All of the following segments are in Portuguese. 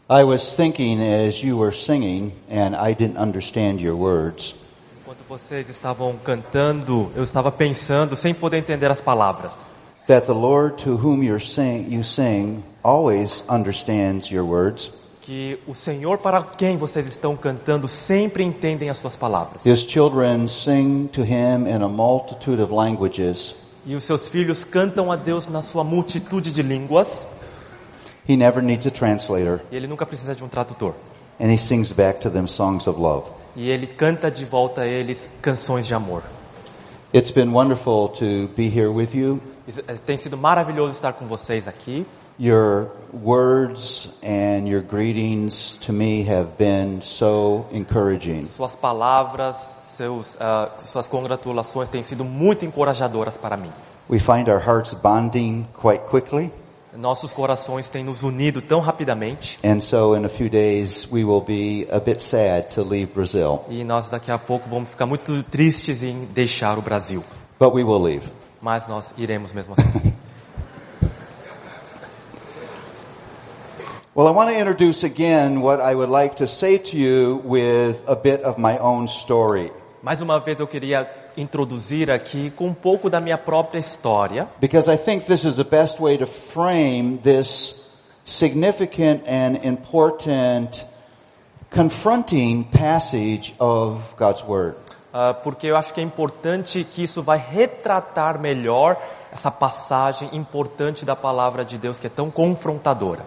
I was thinking as you were singing, and I didn't understand your words. Enquanto vocês estavam cantando, eu estava pensando, sem poder entender as palavras, That the Lord to whom you sing always understands your words. que o Senhor para quem vocês estão cantando sempre entendem as suas palavras. His children sing to him in a multitude of languages. E os seus filhos cantam a Deus na sua multitude de línguas. He never needs a translator. E ele nunca precisa de um tradutor. And he sings back to them songs of love. E ele canta de volta a eles canções de amor. It's been wonderful to be here with you. Tem sido maravilhoso estar com vocês aqui. Your words and your greetings to me have been so encouraging. Suas palavras, suas congratulações têm sido muito encorajadoras para mim. We find our hearts bonding quite quickly. Nossos corações têm nos unido tão rapidamente. And so in a few days we will be a bit sad to leave Brazil. E nós daqui a pouco vamos ficar muito tristes em deixar o Brasil. But we will leave. Mas nós iremos mesmo assim. Well, I want to introduce again what I would like to say to you with a bit of my own story. Mais uma vez eu queria introduzir aqui com um pouco da minha própria história. Because I think this is the best way to frame this significant and important confronting passage of God's Word. Porque eu acho que é importante que isso vai retratar melhor essa passagem importante da palavra de Deus que é tão confrontadora.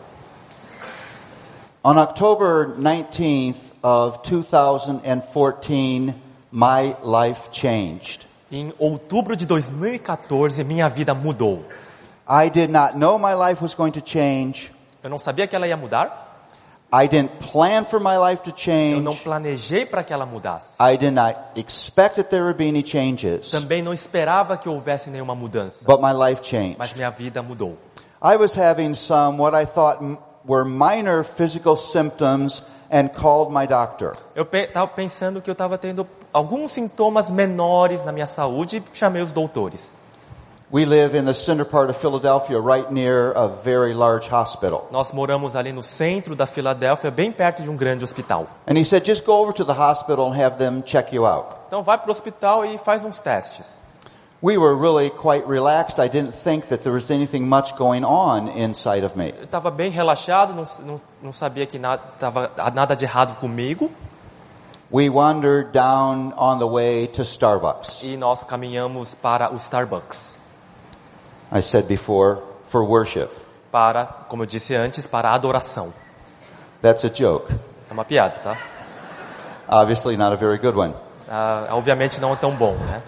On October 19th of 2014, my life changed. Em outubro de 2014, minha vida mudou. I did not know my life was going to change. Eu não sabia que ela ia mudar. I didn't plan for my life to Eu não change. planejei para que ela mudasse. I did not expect that there would be any changes. Também não esperava que houvesse nenhuma mudança. But my life changed. Mas minha vida mudou. I was having some what I thought were minor physical symptoms and called my doctor. Eu estava pensando que eu estava tendo alguns sintomas menores na minha saúde e chamei os doutores. We live in the center part of Philadelphia, right near a very large hospital. Nós moramos ali no centro da Filadélfia, bem perto de um grande hospital. And he said, just go over to the hospital and have them check you out. Então vai para o hospital e faz uns testes. We were really quite relaxed. I didn't think that there was anything much going on inside of me. Eu estava bem relaxado, não sabia que estava nada de errado comigo. We wandered down on the way to Starbucks. E nós caminhamos para o Starbucks. I said before, for worship. Para, como eu disse antes, para a adoração. That's a joke. É uma piada, tá? Obviously not a very good one. Obviamente não é tão bom, né?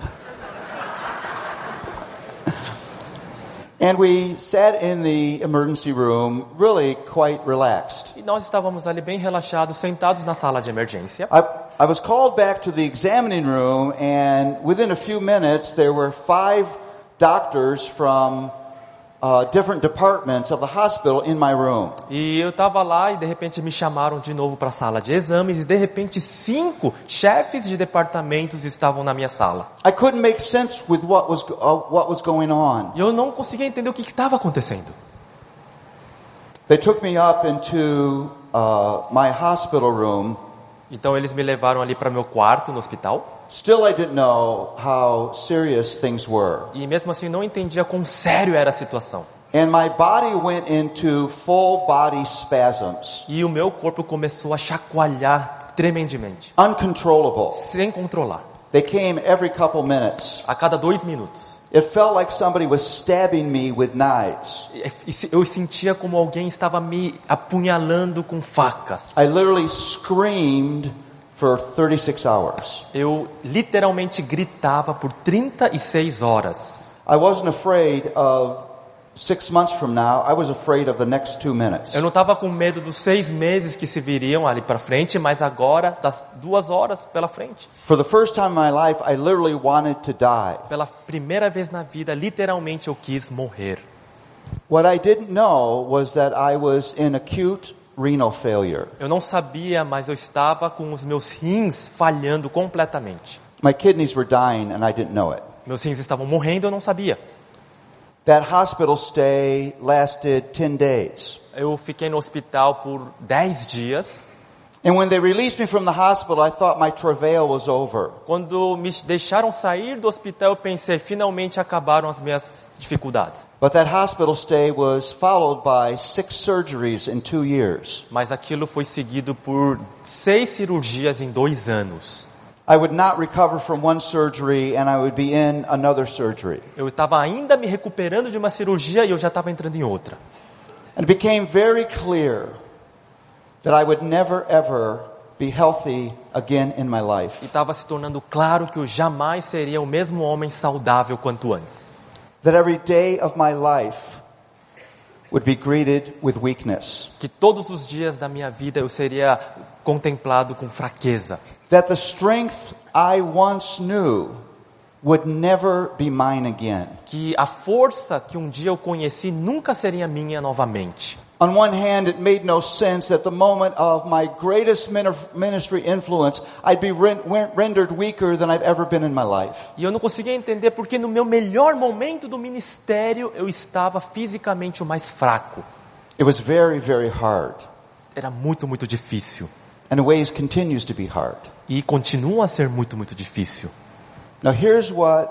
And we sat in the emergency room really quite relaxed. E nós estávamos ali bem relaxados, sentados na sala de emergência. I was called back to the examining room, and within a few minutes there were 5 doctors from different departments of the hospital in my room. E eu estava lá e de repente me chamaram de novo para a sala de exames e de repente 5 chefes de departamentos estavam na minha sala. I couldn't make sense with what was going on. E eu não conseguia entender o que estava acontecendo. They took me up into my hospital room. Então eles me levaram ali para meu quarto no hospital. Still I didn't know how serious things were. E mesmo assim não entendia quão sério era a situação. And my body went into full body spasms. E o meu corpo começou a chacoalhar tremendamente. Uncontrollable. Sem controlar. They came every couple minutes. A cada 2 minutos. It felt like somebody was stabbing me with knives. Eu sentia como alguém estava me apunhalando com facas. I literally screamed for 36 hours. Eu literalmente gritava por 36 horas. I wasn't afraid of 6 months from now. I was afraid of the next 2 minutes. Eu não estava com medo dos 6 meses que se viriam ali para frente, mas agora das 2 horas pela frente. For the first time in my life, I literally wanted to die. Pela primeira vez na vida, literalmente eu quis morrer. What I didn't know was that I was in acute renal failure. Eu não sabia, mas eu estava com os meus rins falhando completamente. My kidneys were dying and I didn't know it. Meus rins estavam morrendo, eu não sabia. That hospital stay lasted 10 days. Eu fiquei no hospital por 10 dias. And when they released me from the hospital, I thought my travail was over. Quando me deixaram sair do hospital, eu pensei, finalmente acabaram as minhas dificuldades. But that hospital stay was followed by 6 surgeries in 2 years. Mas aquilo foi seguido por 6 cirurgias em 2 anos. I would not recover from one surgery and I would be in another surgery. Eu estava ainda me recuperando de uma cirurgia e eu já estava entrando em outra. And it became very clear that I would never ever be healthy again in my life. E estava se tornando claro que eu jamais seria o mesmo homem saudável quanto antes. That every day of my life would be greeted with weakness. Que todos os dias da minha vida eu seria contemplado com fraqueza. That the strength I once knew would never be mine again. Que a força que um dia eu conheci nunca seria minha novamente. On one hand, it made no sense that the moment of my greatest ministry influence, I'd be rendered weaker than I've ever been in my life. E eu não conseguia entender porque no meu melhor momento do ministério eu estava fisicamente o mais fraco. It was very, very hard. Era muito, muito difícil. And in ways continues to be hard. E continua a ser muito, muito difícil. Now here's what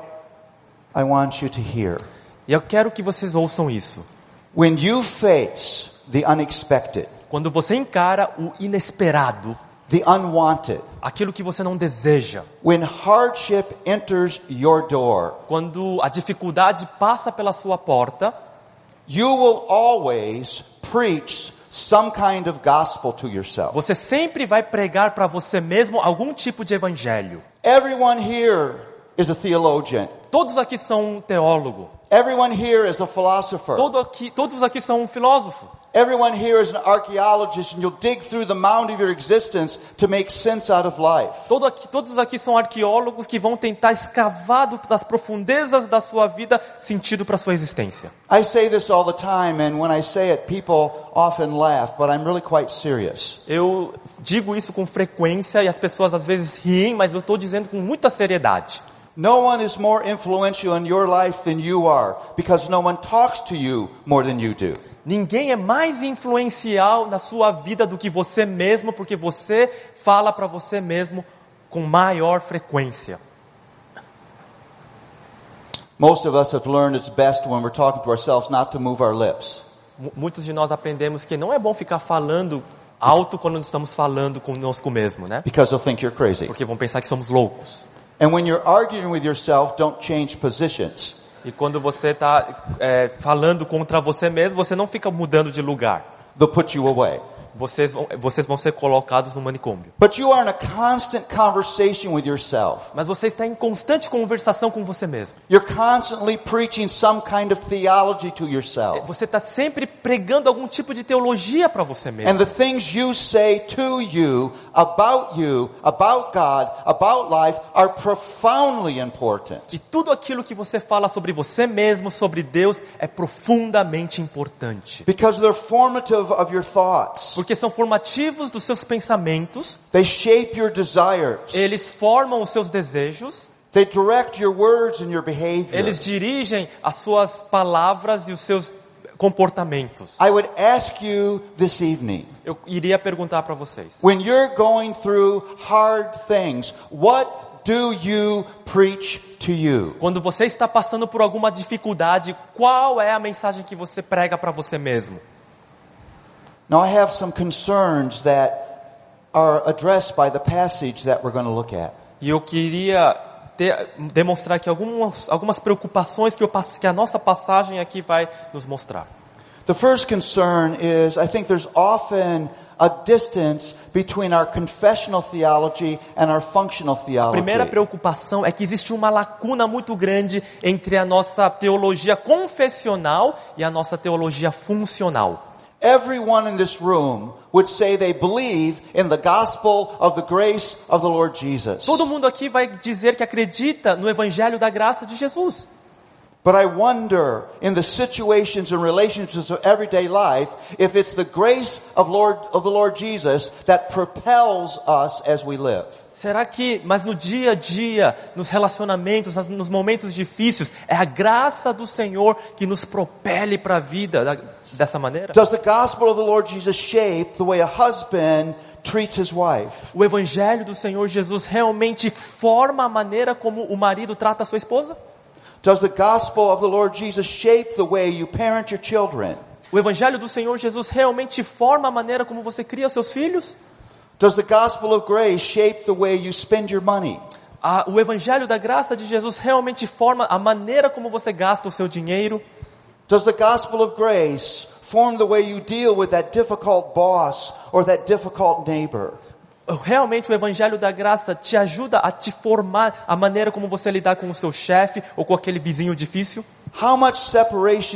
I want you to hear. E eu quero que vocês ouçam isso. When you face the unexpected, Quando você encara o inesperado, the unwanted, aquilo que você não deseja, when hardship enters your door, quando a dificuldade passa pela sua porta, you will always preach some kind of gospel to yourself. você sempre vai pregar para você mesmo algum tipo de evangelho. Everyone here is a theologian. Todos aqui são um teólogo. Everyone here is a philosopher. Todos aqui são um filósofo. Everyone here is an archaeologist, and you'll dig through the mound of your existence to make sense out of life. Todos aqui são arqueólogos que vão tentar escavar das profundezas da sua vida sentido para sua existência. I say this all the time, and when I say it, people often laugh, but I'm really quite serious. Eu digo isso com frequência e as pessoas às vezes riem, mas eu estou dizendo com muita seriedade. No one is more influential in your life than you are, because no one talks to you more than you do. Ninguém é mais influencial na sua vida do que você mesmo, porque você fala para você mesmo com maior frequência. Most of us have learned it's best when we're talking to ourselves not to move our lips. Muitos de nós aprendemos que não é bom ficar falando alto quando estamos falando conosco mesmo, né? Because they'll think you're crazy. Porque vão pensar que somos loucos. And when you're arguing with yourself, don't change positions. E quando você está falando contra você mesmo, você não fica mudando de lugar. They'll put you away. Vocês vão ser colocados no manicômio. But you are in a constant conversation with yourself. Mas você está em constante conversação com você mesmo. You're constantly preaching some kind of theology to yourself. Você está sempre pregando algum tipo de teologia para você mesmo. And the things you say to you, about God, about life, are profoundly important. E tudo aquilo que você fala sobre você mesmo, sobre Deus, é profundamente importante. Because they're formative of your thoughts. Porque são formativos dos seus pensamentos. They shape your desires. Eles formam os seus desejos. They direct your words and your behavior. Eles dirigem as suas palavras e os seus comportamentos. I would ask you this evening. Eu iria perguntar para vocês. When you're going through hard things, what do you preach to you? Quando você está passando por alguma dificuldade, qual é a mensagem que você prega para você mesmo? Now I have some concerns that are addressed by the passage that we're going to look at. E eu queria demonstrar aqui algumas preocupações que a nossa passagem aqui vai nos mostrar. The first concern is, I think there's often a distance between our confessional theology and our functional A theology. primeira preocupação é que existe uma lacuna muito grande entre a nossa teologia confessional e a nossa teologia funcional. Everyone in this room would say they believe in the gospel of the grace of the Lord Jesus. Todo mundo aqui vai dizer que acredita no evangelho da graça de Jesus. But I wonder, in the situations and relationships of everyday life, if it's the grace of the Lord Jesus that propels us as we live. Será que, mas no dia a dia, nos relacionamentos, nos momentos difíceis, é a graça do Senhor que nos propele para a vida dessa maneira? Does the gospel of the Lord Jesus shape the way a husband treats his wife? O evangelho do Senhor Jesus realmente forma a maneira como o marido trata a sua esposa? Does the gospel of the Lord Jesus shape the way you parent your children? O evangelho do Senhor Jesus realmente forma a maneira como você cria seus filhos? Does the gospel of grace shape the way you spend your money? O evangelho da graça de Jesus realmente forma a maneira como você gasta o seu dinheiro? Does the gospel of grace form the way you deal with that difficult boss or that difficult neighbor? Realmente o evangelho da graça te ajuda a te formar a maneira como você lidar com o seu chefe ou com aquele vizinho difícil? How much separation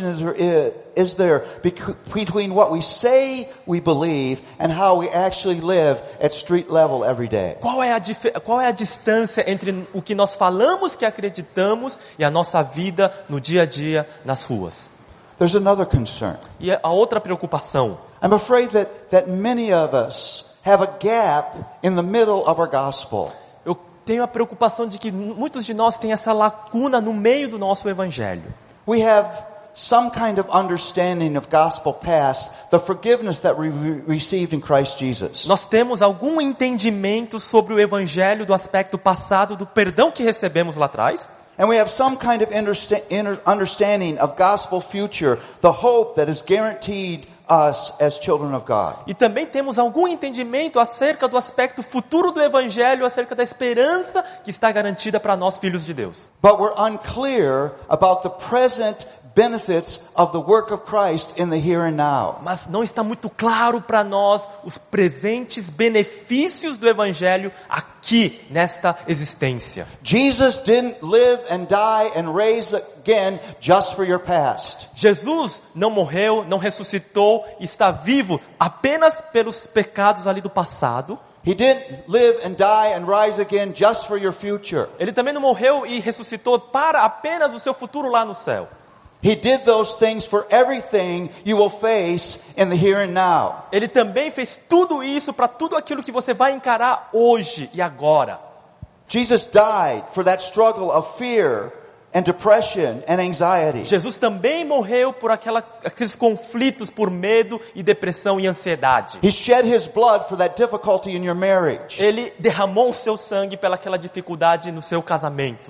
is there between what we say we believe and how we actually live at street level every day? Qual é a distância entre o que nós falamos que acreditamos e a nossa vida no dia a dia nas ruas? There's another concern. E a outra preocupação. I'm afraid that many of us have a gap in the middle of our gospel. Eu tenho a preocupação de que muitos de nós têm essa lacuna no meio do nosso evangelho. We have some kind of understanding of gospel past, the forgiveness that we received in Christ Jesus. Nós temos algum entendimento sobre o evangelho do aspecto passado do perdão que recebemos lá atrás. And we have some kind of understanding of gospel future, the hope that is guaranteed us as children of God. E também temos algum entendimento acerca do aspecto futuro do evangelho, acerca da esperança que está garantida para nós filhos de Deus. But we're unclear about the present benefits of the work of Christ in the here and now. Mas não está muito claro para nós os presentes benefícios do evangelho aqui nesta existência. Jesus didn't live and die and raise again just for your past. Jesus não morreu, não ressuscitou, está vivo apenas pelos pecados ali do passado. He didn't live and die and rise again just for your future. Ele também não morreu e ressuscitou para apenas o seu futuro lá no céu. He did those things for everything you will face in the here and now. Ele também fez tudo isso para tudo aquilo que você vai encarar hoje e agora. Jesus died for that struggle of fear and depression and anxiety. Jesus também morreu por aqueles conflitos por medo e depressão e ansiedade. He shed his blood for that difficulty in your marriage. Ele derramou o seu sangue pelaquela dificuldade no seu casamento.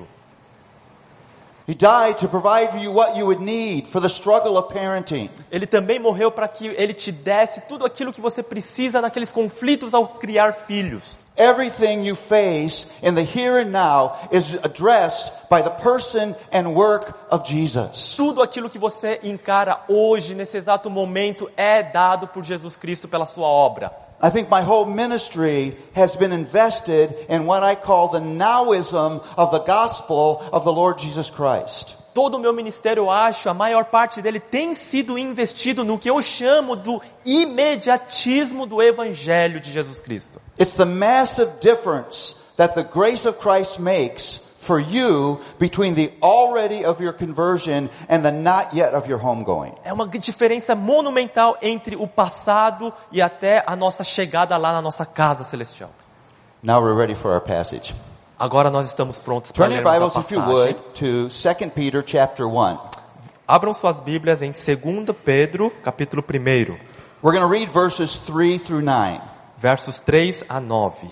He died to provide for you what you would need for the struggle of parenting. Ele também morreu para que ele te desse tudo aquilo que você precisa naqueles conflitos ao criar filhos. Everything you face in the here and now is addressed by the person and work of Jesus. Tudo aquilo que você encara hoje, nesse exato momento, é dado por Jesus Cristo pela sua obra. I think my whole ministry has been invested in what I call the nowism of the gospel of the Lord Jesus Christ. Todo o meu ministério, eu acho, a maior parte dele tem sido investido no que eu chamo do imediatismo do evangelho de Jesus Cristo. It's the massive difference that the grace of Christ makes for you between the already of your conversion and the not yet of your homegoing. É uma diferença monumental entre o passado e até a nossa chegada lá na nossa casa celestial. Now we're ready for our passage. Agora nós estamos prontos para Turn your lermos Bibles, a if you passagem. would, to 2 Peter chapter 1. Abram suas Bíblias em 2 Pedro, capítulo 1, We're going to read verses 3 through 9. versos 3 a 9.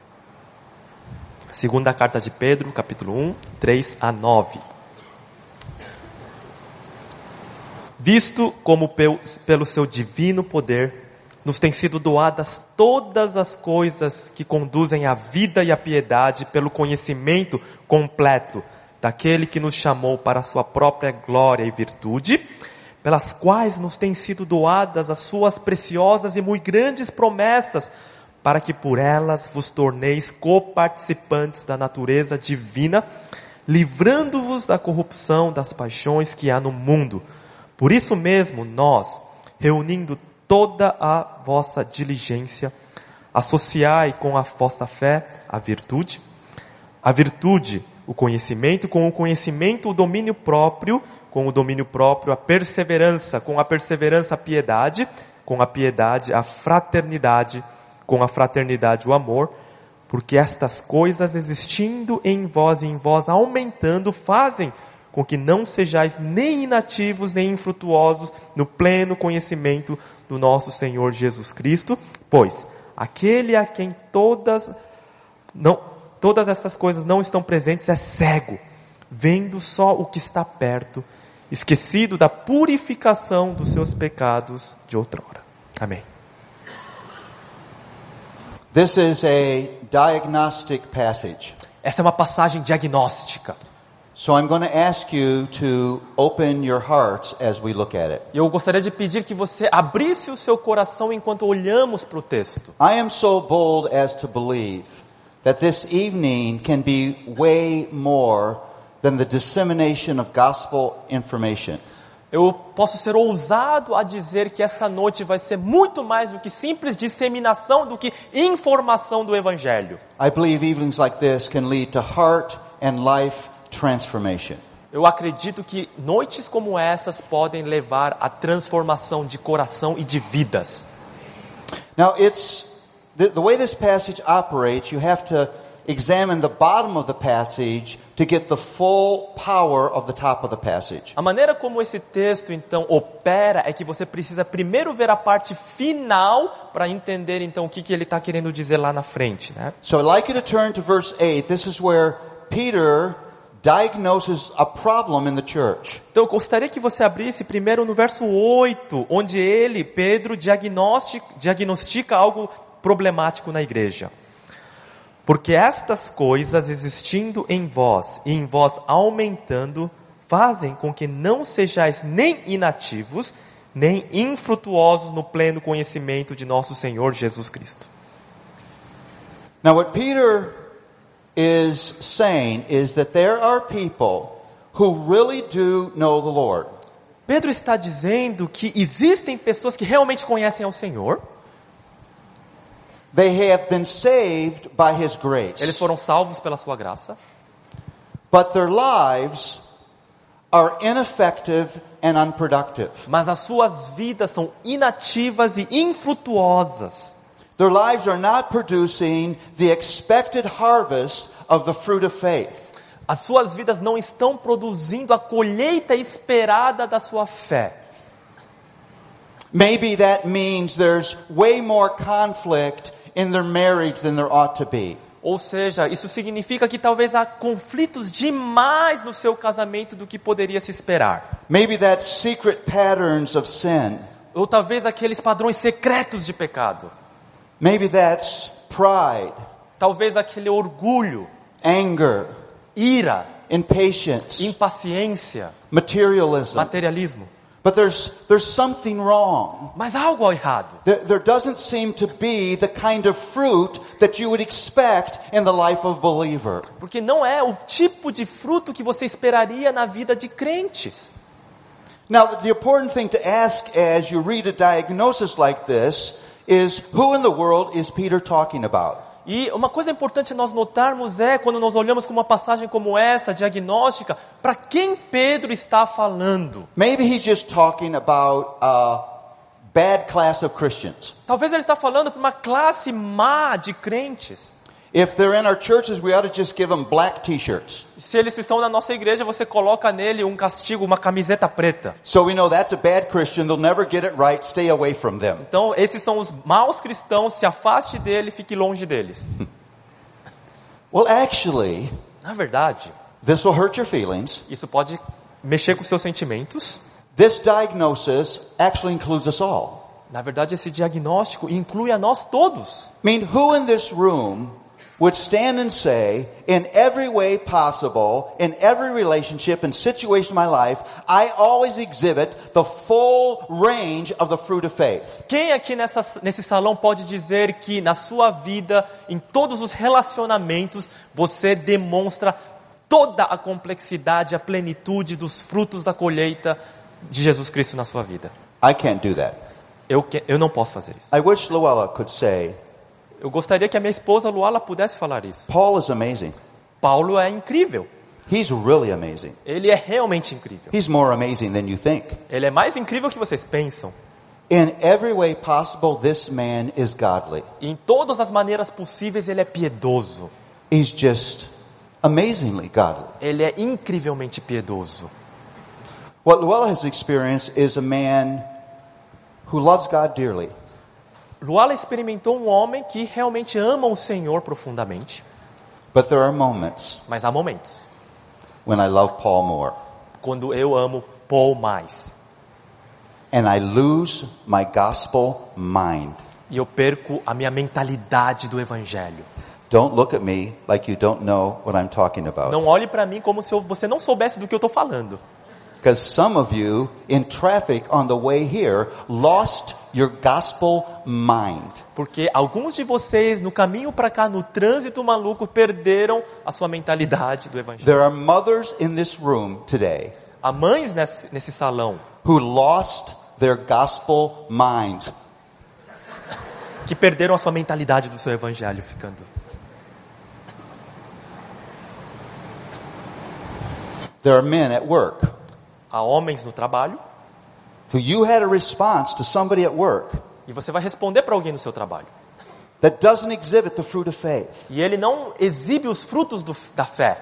Segunda carta de Pedro, capítulo 1, 3 a 9. Visto como pelo seu divino poder nos têm sido doadas todas as coisas que conduzem à vida e à piedade pelo conhecimento completo daquele que nos chamou para a sua própria glória e virtude, pelas quais nos têm sido doadas as suas preciosas e muito grandes promessas, para que por elas vos torneis coparticipantes da natureza divina, livrando-vos da corrupção das paixões que há no mundo. Por isso mesmo nós, reunindo toda a vossa diligência, associai com a vossa fé a virtude, o conhecimento, com o conhecimento o domínio próprio, com o domínio próprio a perseverança, com a perseverança a piedade, com a piedade a fraternidade, com a fraternidade o amor, porque estas coisas existindo em vós e em vós aumentando fazem com que não sejais nem inativos nem infrutuosos no pleno conhecimento do nosso Senhor Jesus Cristo, pois aquele a quem todas estas coisas não estão presentes é cego, vendo só o que está perto, esquecido da purificação dos seus pecados de outrora. Amém. This is a diagnostic passage. Essa é uma passagem diagnóstica. So I'm going to ask you to open your hearts as we look at it. Eu gostaria de pedir que você abrisse o seu coração enquanto olhamos para o texto. I am so bold as to believe that this evening can be way more than the dissemination of gospel information. Eu posso ser ousado a dizer que essa noite vai ser muito mais do que simples disseminação, do que informação do Evangelho. I believe evenings like this can lead to heart and life transformation. Eu acredito que noites como essas podem levar à transformação de coração e de vidas. Now it's the way this passage operates, you have to examine the bottom of the passage to get the full power of the top of the passage. A maneira como esse texto então opera é que você precisa primeiro ver a parte final para entender então o que ele está querendo dizer lá na frente, né? So I'd like you to turn to verse 8. This is where Peter diagnoses a problem in the church. Então eu gostaria que você abrisse primeiro no verso 8, onde Pedro, diagnostica algo problemático na igreja. Porque estas coisas existindo em vós e em vós aumentando, fazem com que não sejais nem inativos, nem infrutuosos no pleno conhecimento de nosso Senhor Jesus Cristo. Now what Peter is saying is that there are people who really do know the Lord. Pedro está dizendo que existem pessoas que realmente conhecem ao Senhor. They have been saved by His grace. Eles foram salvos pela sua graça. But their lives are ineffective and unproductive. Mas as suas vidas são inativas e infrutuosas. Their lives are not producing the expected harvest of the fruit of faith. As suas vidas não estão produzindo a colheita esperada da sua fé. Maybe that means there's way more conflict in their marriage than there ought to be. Ou seja, isso significa que talvez há conflitos demais no seu casamento do que poderia se esperar. Maybe that's secret patterns of sin. Ou talvez aqueles padrões secretos de pecado. Maybe that's pride, Talvez aquele orgulho, anger, ira, impatience, impaciência, materialism. materialismo. But there's something wrong. Mas há algo errado. There doesn't seem to be the kind of fruit that you would expect in the life of a believer. Porque não é o tipo de fruto que você esperaria na vida de crentes. Now, the important thing to ask as you read a diagnosis like this is, who in the world is Peter talking about? E uma coisa importante nós notarmos é, quando nós olhamos com uma passagem como essa, diagnóstica, para quem Pedro está falando. Maybe he's just talking about a bad class of Christians. Talvez ele está falando para uma classe má de crentes. If they're in our churches, we ought to just give them black t-shirts. Se eles estão na nossa igreja, você coloca nele um castigo, uma camiseta preta. So we know that's a bad Christian, they'll never get it right, stay away from them. Então, esses são os maus cristãos, se afaste dele, fique longe deles. Well, actually, Na verdade, this will hurt your feelings. isso pode mexer com seus sentimentos. This diagnosis actually includes us all. Na verdade, esse diagnóstico inclui a nós todos. I mean, who in this room would stand and say, in every way possible, in every relationship and situation in my life, I always exhibit the full range of the fruit of faith? Quem aqui nesse salão pode dizer que na sua vida, em todos os relacionamentos, você demonstra toda a complexidade, a plenitude dos frutos da colheita de Jesus Cristo na sua vida? I can't do that. Eu não posso fazer isso. I wish Luella could say, Eu gostaria que a minha esposa Luala pudesse falar isso. Paul is amazing. Paulo é incrível. He's really amazing. Ele é realmente incrível. He's more amazing than you think. Ele é mais incrível que vocês pensam. In every way possible, this man is godly. E em todas as maneiras possíveis ele é piedoso. He's just amazingly godly. Ele é incrivelmente piedoso. What Luella has experienced is a man who loves God dearly. Luala experimentou um homem que realmente ama o Senhor profundamente. But there are moments Mas há momentos when I love Paul more. quando eu amo Paul mais. And I lose my gospel mind. E eu perco a minha mentalidade do Evangelho. Don't look at me like you don't know what I'm talking about. Não olhe para mim como se você não soubesse do que eu estou falando. Because some of you in traffic on the way here lost your gospel mind. Porque alguns de vocês no caminho para cá, no trânsito maluco, perderam a sua mentalidade do Evangelho. There are mothers in this room today Há mães nesse salão who lost their gospel mind. que perderam a sua mentalidade do seu Evangelho ficando. There are men at work Há homens no trabalho who you had a response to somebody at work e você vai responder para alguém no seu trabalho. that doesn't exhibit the fruit of faith. E ele não exibe os frutos da fé.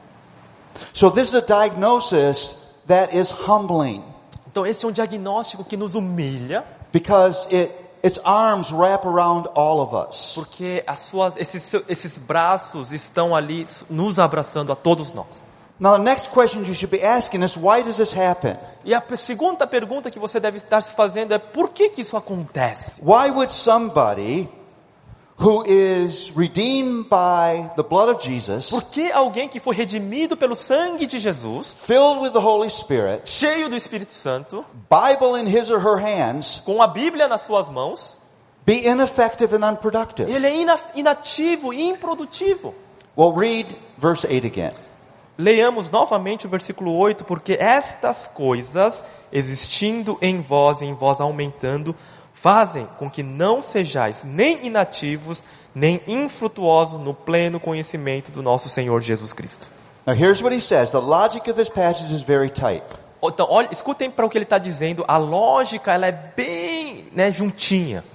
So this is a diagnosis that is humbling Então esse é um diagnóstico que nos humilha, because its arms wrap around all of us. porque esses braços estão ali nos abraçando a todos nós. Now the next question you should be asking is, why does this happen? E a segunda pergunta que você deve estar se fazendo é: por que isso acontece? Why would somebody who is redeemed by the blood of Jesus, Por que alguém que foi redimido pelo sangue de Jesus, filled with the Holy Spirit, cheio do Espírito Santo, Bible in his or her hands, com a Bíblia nas suas mãos, be ineffective and unproductive? ele é inativo e improdutivo? Well, read verse 8 again. Leiamos novamente o versículo 8, porque estas coisas, existindo em vós e em vós aumentando, fazem com que não sejais nem inativos, nem infrutuosos no pleno conhecimento do nosso Senhor Jesus Cristo. Now here's what he says. The logic of this passage is very tight. Então, olha, escutem para o que ele está dizendo. A lógica, ela é bem, juntinha.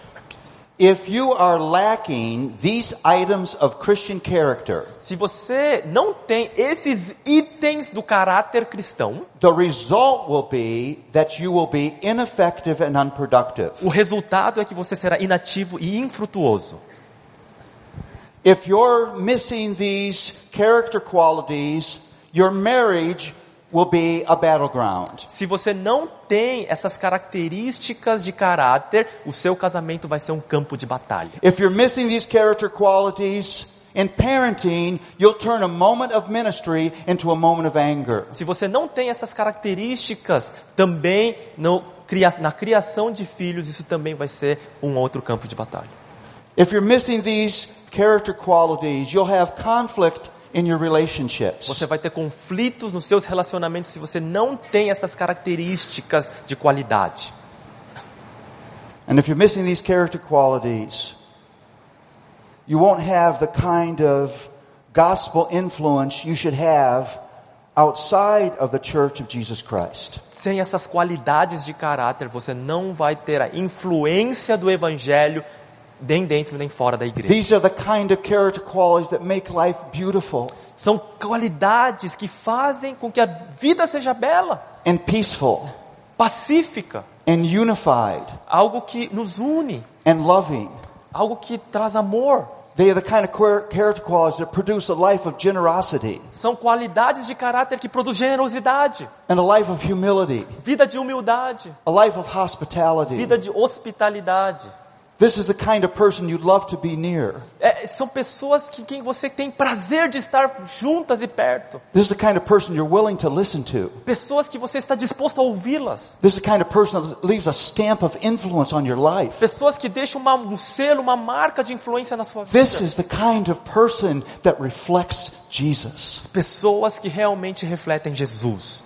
If you are lacking these items of Christian character, Se você não tem esses itens do caráter cristão, the result will be that you will be ineffective and unproductive. o resultado é que você será inativo e infrutuoso. If you're missing these character qualities, your marriage will be a battleground. Se você não tem essas características de caráter, o seu casamento vai ser um campo de batalha. If you're missing these character qualities in parenting, you'll turn a moment of ministry into a moment of anger. Se você não tem essas características também na criação de filhos, isso também vai ser um outro campo de batalha. If you're missing these character qualities, you'll have conflict in your relationships. Você vai ter conflitos nos seus relacionamentos se você não tem essas características de qualidade. And if you're missing these character qualities, you won't have the kind of gospel influence you should have outside of the church of Jesus Christ. Sem essas qualidades de caráter, você não vai ter a influência do evangelho nem dentro nem fora da igreja. These are the kind of character qualities that make life beautiful São qualidades que fazem com que a vida seja bela, and peaceful pacífica, and unified algo que nos une, and loving. algo que traz amor. They are the kind of character qualities that produce a life of generosity São qualidades de caráter que produzem generosidade, and a life of humility, vida de humildade, a life of hospitality. vida de hospitalidade. This is the kind of person you'd love to be near. São pessoas que quem você tem prazer de estar juntas e perto. This is the kind of person you're willing to listen to. Pessoas que você está disposto a ouvi-las. This is the kind of person that leaves a stamp of influence on your life. Pessoas que deixam um selo, uma marca de influência na sua vida. This is the kind of person that reflects Jesus. Pessoas que realmente refletem Jesus.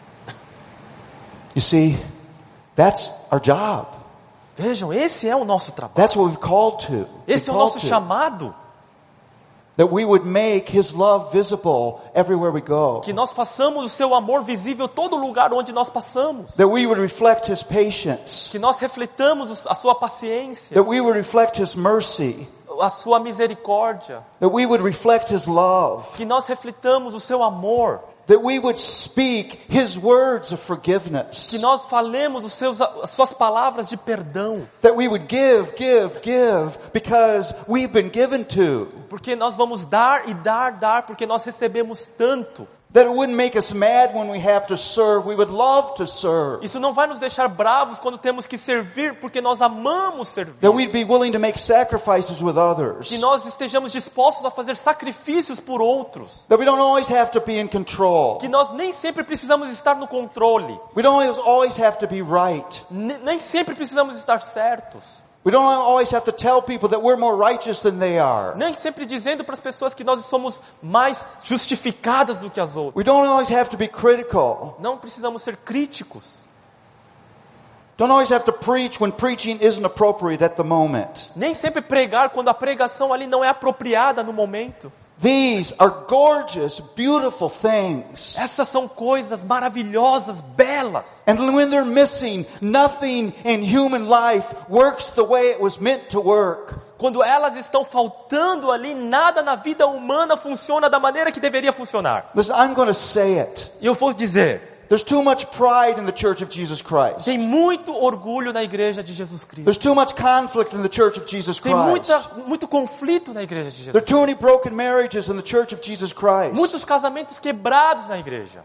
You see, that's our job. Vejam, esse é o nosso trabalho. That's what we've called to. Esse é o nosso chamado. That we would make His love visible everywhere we go. Que nós façamos o seu amor visível em todo lugar onde nós passamos. That we would reflect His patience. Que nós refletamos a sua paciência. That we would reflect His mercy. A sua misericórdia. That we would reflect His love. Que nós refletamos o seu amor. That we would speak His words of forgiveness. Que nós falemos as suas palavras de perdão. That we would give because we've been given to. Porque nós vamos dar e dar porque nós recebemos tanto. That it wouldn't make us mad when we have to serve. We would love to serve. Isso não vai nos deixar bravos quando temos que servir, porque nós amamos servir. That we'd be willing to make sacrifices with others. Que nós estejamos dispostos a fazer sacrifícios por outros. That we don't always have to be in control. Que nós nem sempre precisamos estar no controle. We don't always have to be right. Nem sempre precisamos estar certos. We don't always have to tell people that we're more righteous than they are. Nem sempre dizendo para as pessoas que nós somos mais justificadas do que as outras. We don't always have to be critical. Não precisamos ser críticos. Don't always have to preach when preaching isn't appropriate at the moment. Nem sempre pregar quando a pregação ali não é apropriada no momento. These are gorgeous, beautiful things. Essas são coisas maravilhosas, belas. And when they're missing, nothing in human life works the way it was meant to work. Quando elas estão faltando ali, nada na vida humana funciona da maneira que deveria funcionar. Listen, I'm going to say it. E eu vou dizer, there's too much pride in the Church of Jesus Christ. Tem muito orgulho na igreja de Jesus Cristo. There's too much conflict in the Church of Jesus Tem Christ. muito conflito na igreja de Jesus There are too Cristo. many broken marriages in the Church of Jesus Christ. Muitos casamentos quebrados na igreja.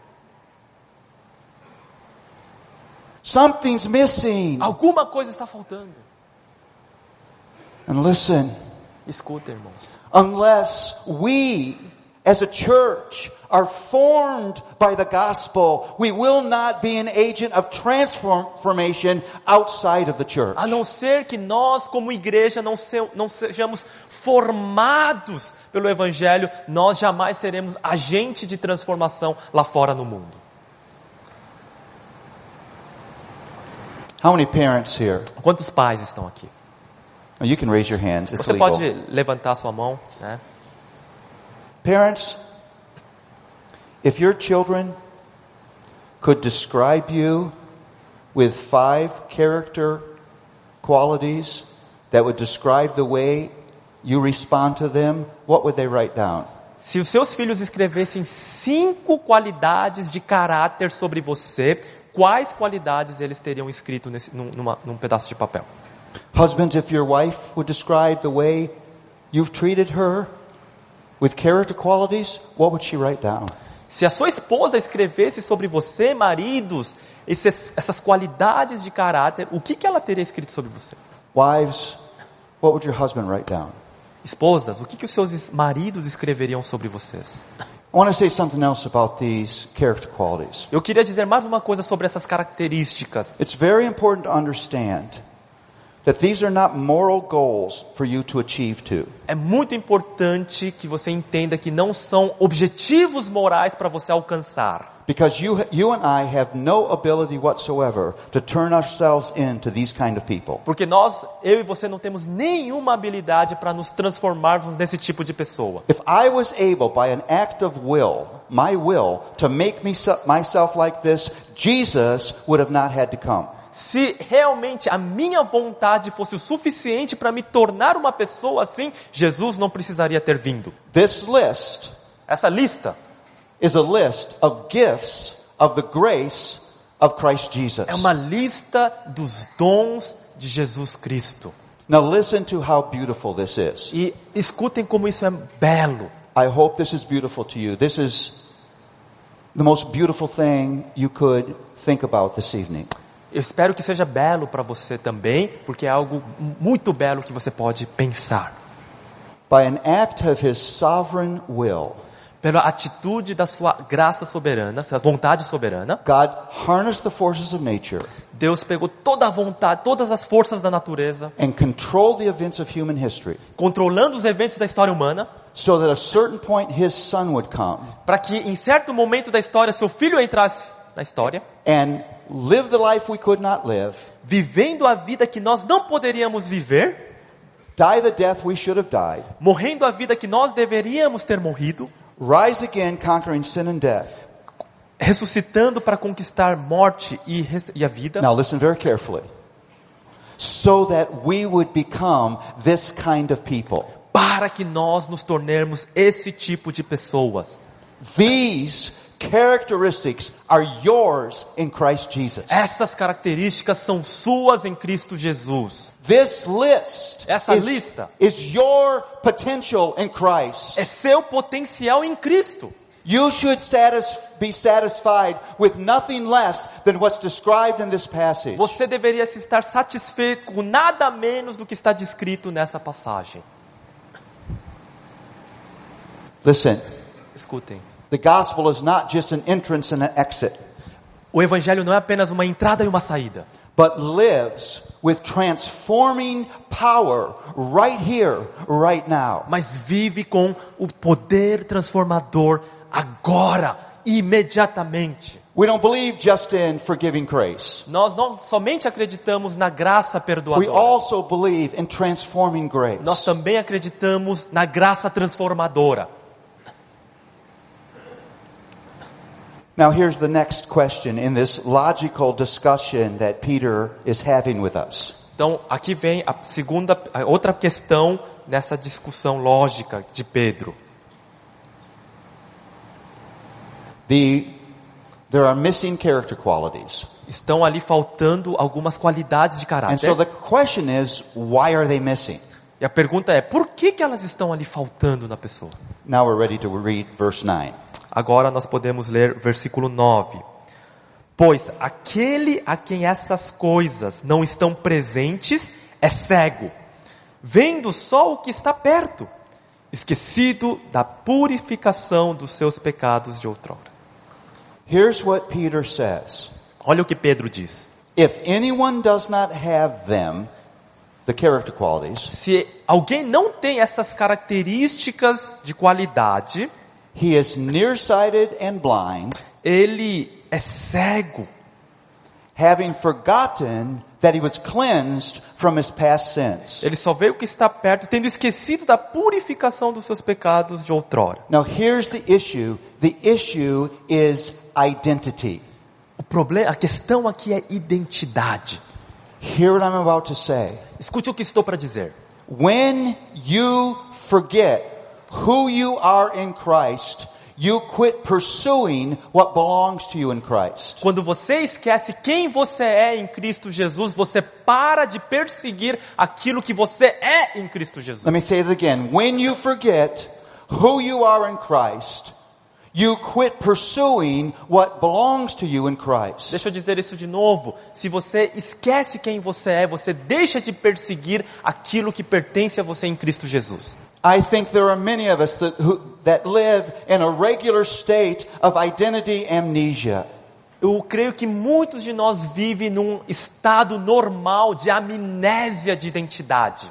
Something's missing. Alguma coisa está faltando. And listen, Escuta, irmãos. unless we as a church are formed by the gospel, we will not be an agent of transformation outside of the church. A não ser que nós, como igreja, não sejamos formados pelo Evangelho, nós jamais seremos agente de transformação lá fora no mundo. How many parents here? Quantos pais estão aqui? You can raise your hands. It's Você legal. pode levantar sua mão, né? Parents, if your children could describe you with 5 character qualities that would describe the way you respond to them, what would they write down? Se os seus filhos escrevessem 5 qualidades de caráter sobre você, quais qualidades eles teriam escrito num pedaço de papel? Husbands, if your wife would describe the way you've treated her with character qualities, what would she write down? Se a sua esposa escrevesse sobre você, maridos, essas qualidades de caráter, o que ela teria escrito sobre você? Wives, what would your husband write down? Esposas, o que os seus maridos escreveriam sobre vocês? I want to say something else about these character qualities. Eu queria dizer mais uma coisa sobre essas características. It's very important to understand that these are not moral goals for you to achieve to. É muito importante que você entenda que não são objetivos morais para você alcançar. Because you and I have no ability whatsoever to turn ourselves into these kind of people. Porque eu e você não temos nenhuma habilidade para nos transformarmos nesse tipo de pessoa. If I was able, by an act of will, my will, to make myself like this, Jesus would have not had to come. Se realmente a minha vontade fosse o suficiente para me tornar uma pessoa assim, Jesus não precisaria ter vindo. This list Essa lista is a list of gifts of the grace of Christ Jesus. é uma lista dos dons de Jesus Cristo. Now listen to how beautiful this is. E escutem como isso é belo. I hope this is beautiful to you. This is the most beautiful thing you could think about this evening. Eu espero que seja belo para você também, porque é algo muito belo que você pode pensar. By an act of His sovereign will, Pela atitude da sua graça soberana, sua vontade soberana, God harnessed the forces of nature Deus pegou toda a vontade, todas as forças da natureza, and controlled the events of human history, controlando os eventos da história humana, so that at a certain point His Son would come para que em certo momento da história seu filho entrasse na história, and live the life we could not live, vivendo a vida que nós não poderíamos viver, die the death we should have died, morrendo a vida que nós deveríamos ter morrido, rise again conquering sin and death. ressuscitando para conquistar morte e a vida. Now listen very carefully. So that we would become this kind of people. Para que nós nos tornemos esse tipo de pessoas. These characteristics are yours in Christ Jesus. Essas características são suas em Cristo Jesus. This list Essa lista is your potential in Christ. é seu potencial em Cristo. You should be satisfied with nothing less than what's described in this passage. Você deveria estar satisfeito com nada menos do que está descrito nessa passagem. Listen, Escutem. the gospel is not just an entrance and an exit, O evangelho não é apenas uma entrada e uma saída, but lives with transforming power right here, right now. mas vive com o poder transformador agora, imediatamente. We don't believe just in forgiving grace. Nós não somente acreditamos na graça We perdoadora. also believe in transforming grace. Nós também acreditamos na graça transformadora. Now here's the next question in this logical discussion that Peter is having with us. Então, aqui vem a outra questão nessa discussão lógica de Pedro. There are missing character qualities. Estão ali faltando algumas qualidades de And caráter. so the question is, why are they missing? E a pergunta é, por que elas estão ali faltando na pessoa? Now we're ready to read verse 9. Agora nós podemos ler versículo 9. Pois aquele a quem essas coisas não estão presentes é cego, vendo só o que está perto, esquecido da purificação dos seus pecados de outrora. Here's what Peter says. Olha o que Pedro diz. If anyone does not have them, the character qualities, Se alguém não tem essas características de qualidade, he is nearsighted and blind, ele é cego, having forgotten that he was cleansed from his past sins. ele só vê o que está perto, tendo esquecido da purificação dos seus pecados de outrora. Now here's the issue. The issue is identity. O problema, a questão aqui é identidade. Hear what I'm about to say. Escute o que estou para dizer. When you forget who you are in Christ, you quit pursuing what belongs to you in Christ. Quando você esquece quem você é em Cristo Jesus, você para de perseguir aquilo que você é em Cristo Jesus. Let me say it again. When you forget who you are in Christ, you quit pursuing what belongs to you in Christ. Deixa eu dizer isso de novo. Se você esquece quem você é, você deixa de perseguir aquilo que pertence a você em Cristo Jesus. I think there are many of us that live in a regular state of identity amnesia. Eu creio que muitos de nós vivem num estado normal de amnésia de identidade.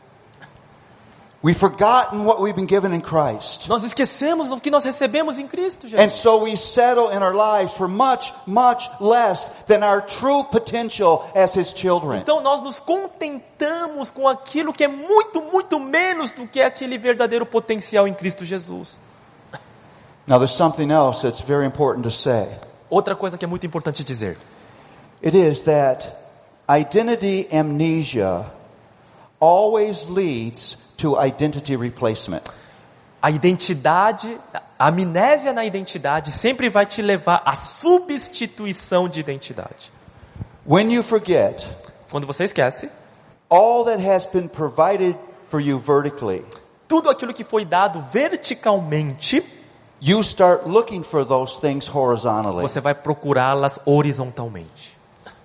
We've forgotten what we've been given in Christ. Nós esquecemos o que nós recebemos em Cristo, And Jesus. so we settle in our lives for much, much less than our true potential as His children. Então nós nos contentamos com aquilo que é muito, muito menos do que aquele verdadeiro potencial em Cristo Jesus. Now there's something else that's very important to say. Outra coisa que é muito importante dizer. It is that identity amnesia always leads to identity replacement. A identidade, a amnésia na identidade sempre vai te levar à substituição de identidade. When you forget Quando você esquece, all that has been provided for you vertically, tudo aquilo que foi dado verticalmente, you start looking for those things horizontally. você vai procurá-las horizontalmente.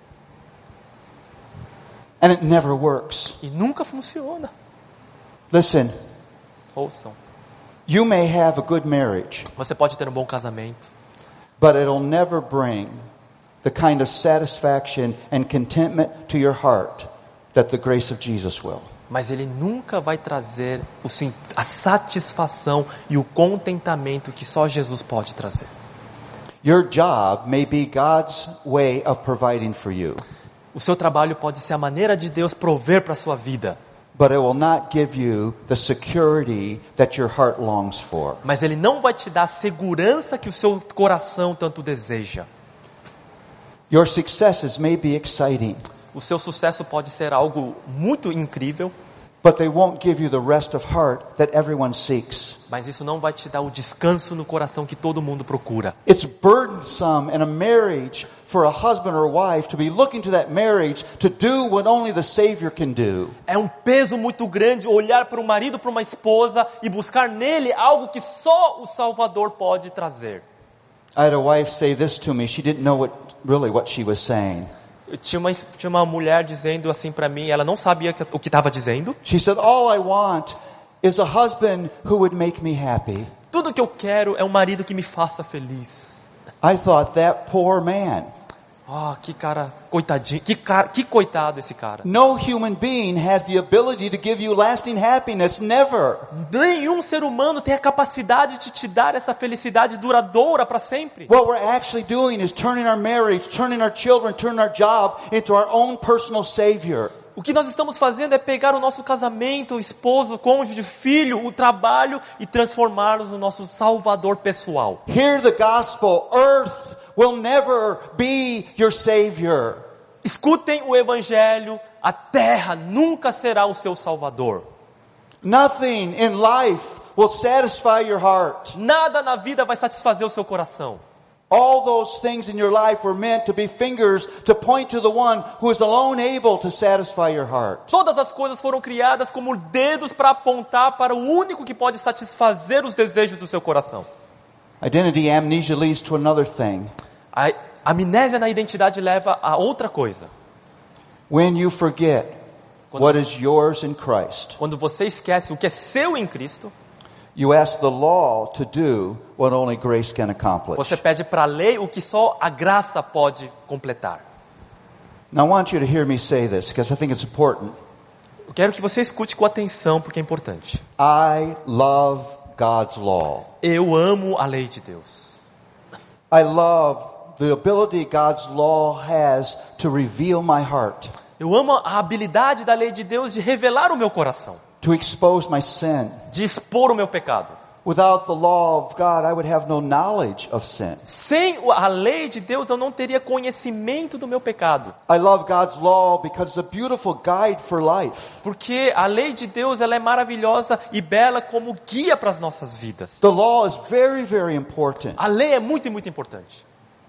And it never works. E nunca funciona. Listen, Ouçam. you may have a good marriage, Você pode ter um bom casamento, but it'll never bring the kind of satisfaction and contentment to your heart that the grace of Jesus will. mas ele nunca vai trazer a satisfação e o contentamento que só Jesus pode trazer. Your job may be God's way of providing for you. O seu trabalho pode ser a maneira de Deus prover para a sua vida. but it will not give you the security that your heart longs for. Mas ele não vai te dar a segurança que o seu coração tanto deseja. Your successes may be exciting, O seu sucesso pode ser algo muito incrível, but they won't give you the rest of heart that everyone seeks. mas isso não vai te dar o descanso no coração que todo mundo procura. It's burdensome in a marriage for a husband or wife to be looking to that marriage to do what only the Savior can do. É um peso muito grande olhar para um marido, para uma esposa e buscar nele algo que só o Salvador pode trazer. I had a wife say this to me. She didn't know what she was saying. Tinha uma mulher dizendo assim para mim, ela não sabia o que estava dizendo. She said, all I want is a husband who would make me happy. Tudo que eu quero é um marido que me faça feliz. I thought, that poor man. Que cara, coitadinho, que coitado esse cara. No human being has the ability to give you lasting happiness, never. Nenhum ser humano tem a capacidade de te dar essa felicidade duradoura para sempre. What we're actually doing is turning our marriage, turning our children, turning our job into our own personal savior. O que nós estamos fazendo é pegar o nosso casamento, o esposo, o cônjuge, o filho, o trabalho e transformá-los no nosso salvador pessoal. Hear the gospel. Earth will never be your savior. Escutem o evangelho, a terra nunca será o seu salvador. Nothing in life will satisfy your heart. Nada na vida vai satisfazer o seu coração. All those things in your life were meant to be fingers to point to the one who is alone able to satisfy your heart. Todas as coisas foram criadas como dedos para apontar para o único que pode satisfazer os desejos do seu coração. Identity amnesia leads to another thing. A amnésia na identidade leva a outra coisa. When you forget what is yours in Christ, Quando você esquece o que é seu em Cristo, you ask the law to do what only grace can accomplish. você pede para a lei o que só a graça pode completar. Now I want you to hear me say this because I think it's important. Eu quero que você escute com atenção porque é importante. I love God's law. Eu amo a lei de Deus. I love the ability God's law has to reveal my heart, Eu amo a habilidade da lei de Deus de revelar o meu coração, to expose my sin. de expor o meu pecado. Without the law of God, I would have no knowledge of sin. Sem a lei de Deus, eu não teria conhecimento do meu pecado. I love God's law because it's a beautiful guide for life. Porque a lei de Deus, ela é maravilhosa e bela como guia para as nossas vidas. The law is very, very important. A lei é muito, muito importante.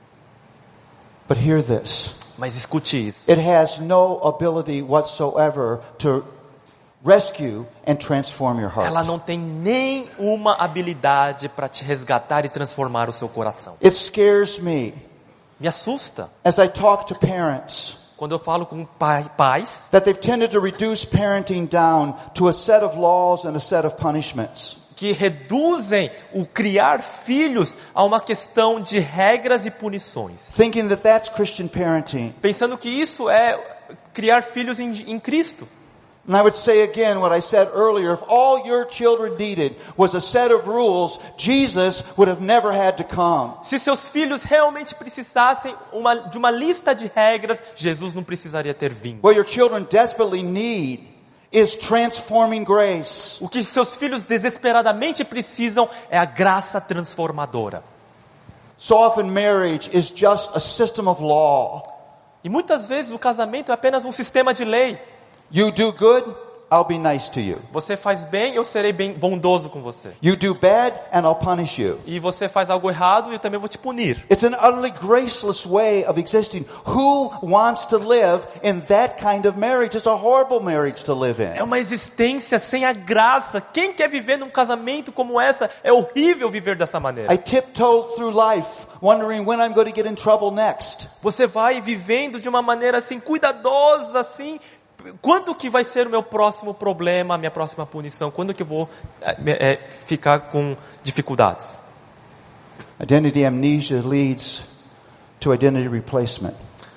But hear this. Mas escute isso. It has no ability whatsoever to rescue and transform your Ela heart. não tem nenhuma habilidade para te resgatar e transformar o seu coração. It scares me Me assusta as I talk to parents quando eu falo com pais that they've tended to reduce parenting down to a set of laws and a set of punishments. que reduzem o criar filhos a uma questão de regras e punições. Thinking that that's Christian parenting. Pensando que isso é criar filhos em Cristo. And I would say again what I said earlier, if all your children needed was a set of rules, Jesus would have never had to come. Se seus filhos realmente precisassem de uma lista de regras, Jesus não precisaria ter vindo. What your children desperately need is transforming grace. O que seus filhos desesperadamente precisam é a graça transformadora. So often marriage is just a system of law. E muitas vezes o casamento é apenas um sistema de lei. You do good, I'll be nice to you. Você faz bem, eu serei bem bondoso com você. You do bad, and I'll punish you. E você faz algo errado, eu também vou te punir. It's an utterly graceless way of existing. Who wants to live in that kind of marriage? It's a horrible marriage to live É in. uma existência sem a graça. Quem quer viver num casamento como essa? É horrível viver dessa maneira. I tiptoe through life, wondering when I'm going to get in trouble next. Você vai vivendo de uma maneira assim, cuidadosa, assim. Quando que vai ser o meu próximo problema, a minha próxima punição? Quando que eu vou ficar com dificuldades? Identity amnesia leads to identity replacement.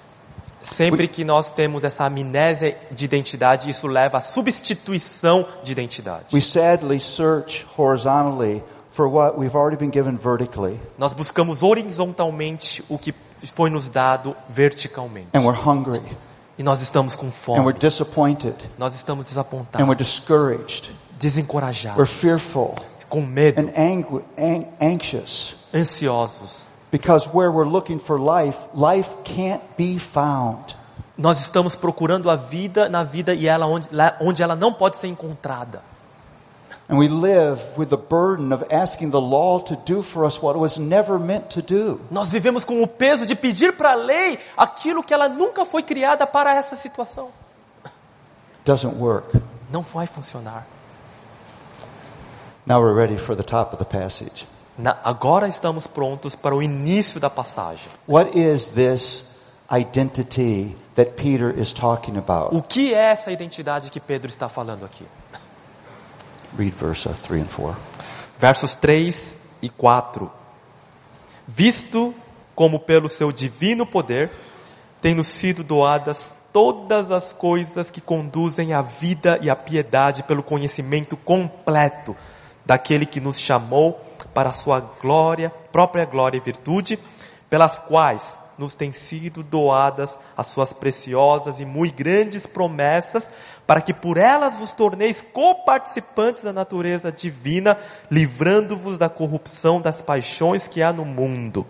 Sempre que nós temos essa amnésia de identidade, isso leva à substituição de identidade. We sadly search horizontally for what we've already been given vertically, Nós buscamos horizontalmente o que foi nos dado verticalmente. and we're hungry. E nós estamos com and fome. we're disappointed Nós estamos and desapontados. we're discouraged. We're Desencorajados. fearful Com medo. and anxious Ansiosos. because where we're looking for life, life can't be found. Nós estamos procurando a vida na vida e ela onde ela não pode ser encontrada. And we live with the burden of asking the law to do for us what it was never meant to do. Nós vivemos com o peso de pedir para a lei aquilo que ela nunca foi criada para essa situação. Doesn't work. Não vai funcionar. Now we're ready for the top of the passage. Agora estamos prontos para o início da passagem. What is this identity that Peter is talking about? O que é essa identidade que Pedro está falando aqui? Read verse 3 and 4. Versos 3 e 4. Visto como pelo seu divino poder têm-nos sido doadas todas as coisas que conduzem à vida e à piedade pelo conhecimento completo daquele que nos chamou para a sua glória, própria glória e virtude, pelas quais nos têm sido doadas as suas preciosas e muito grandes promessas, para que por elas vos torneis coparticipantes da natureza divina, livrando-vos da corrupção das paixões que há no mundo.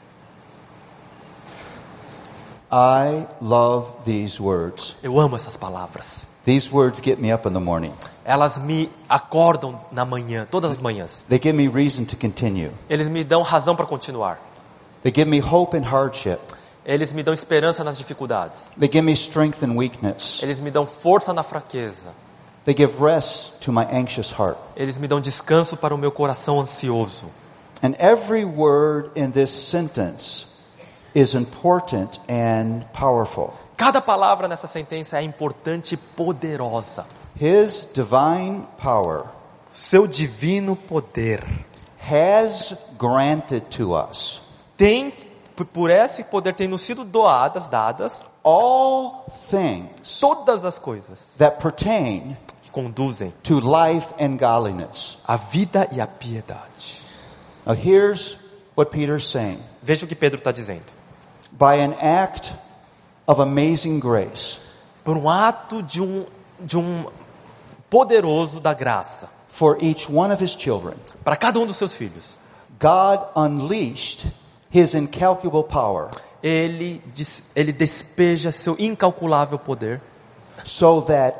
I love these words. Eu amo essas palavras. These words get me up in the morning. Elas me acordam na manhã, todas as manhãs. They give me reason to continue. Eles me dão razão para continuar. They give me hope in hardship. Eles me dão esperança nas dificuldades. They give me strength in weakness. Eles me dão força na fraqueza. They give rest to my anxious heart. Eles me dão descanso para o meu coração ansioso. And every word in this sentence is important and powerful. Cada palavra nessa sentença é importante e poderosa. His divine power Seu divino poder has granted to us tem, por esse poder tem nos sido dadas, all things todas as coisas that pertain que conduzem to life and godliness. à vida e à piedade. Now here's what Peter's saying. Veja o que Pedro está dizendo. By an act of amazing grace, Por um ato de um poderoso da graça, for each one of his children, para cada um dos seus filhos, God unleashed his incalculable power ele despeja seu incalculável poder, so that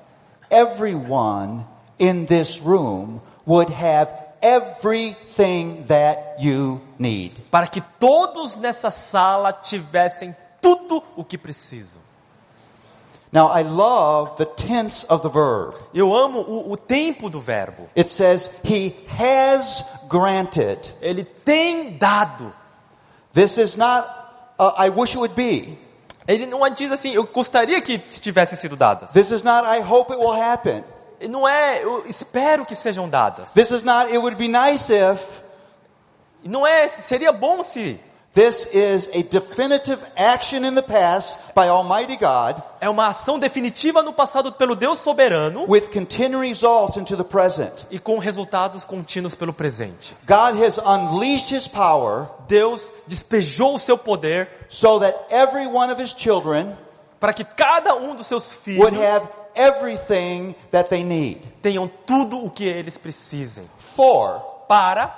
everyone in this room would have everything that you need. para que todos nessa sala tivessem tudo o que precisam. Now I love the tense of the verb. Eu amo o tempo do verbo. It says he has granted. Ele tem dado. This is not I wish it would be. Ele não diz assim, eu gostaria que tivessem sido dadas. This is not I hope it will happen. Não é, eu espero que sejam dadas. This is not it would be nice if. Não é, seria bom se. This is a definitive action in the past by Almighty God É uma ação definitiva no passado pelo Deus soberano with continuing results into the present. e com resultados contínuos pelo presente. God has unleashed his power Deus despejou o seu poder so that every one of his children para que cada um dos seus filhos would have everything that they need tenham tudo o que eles precisem for para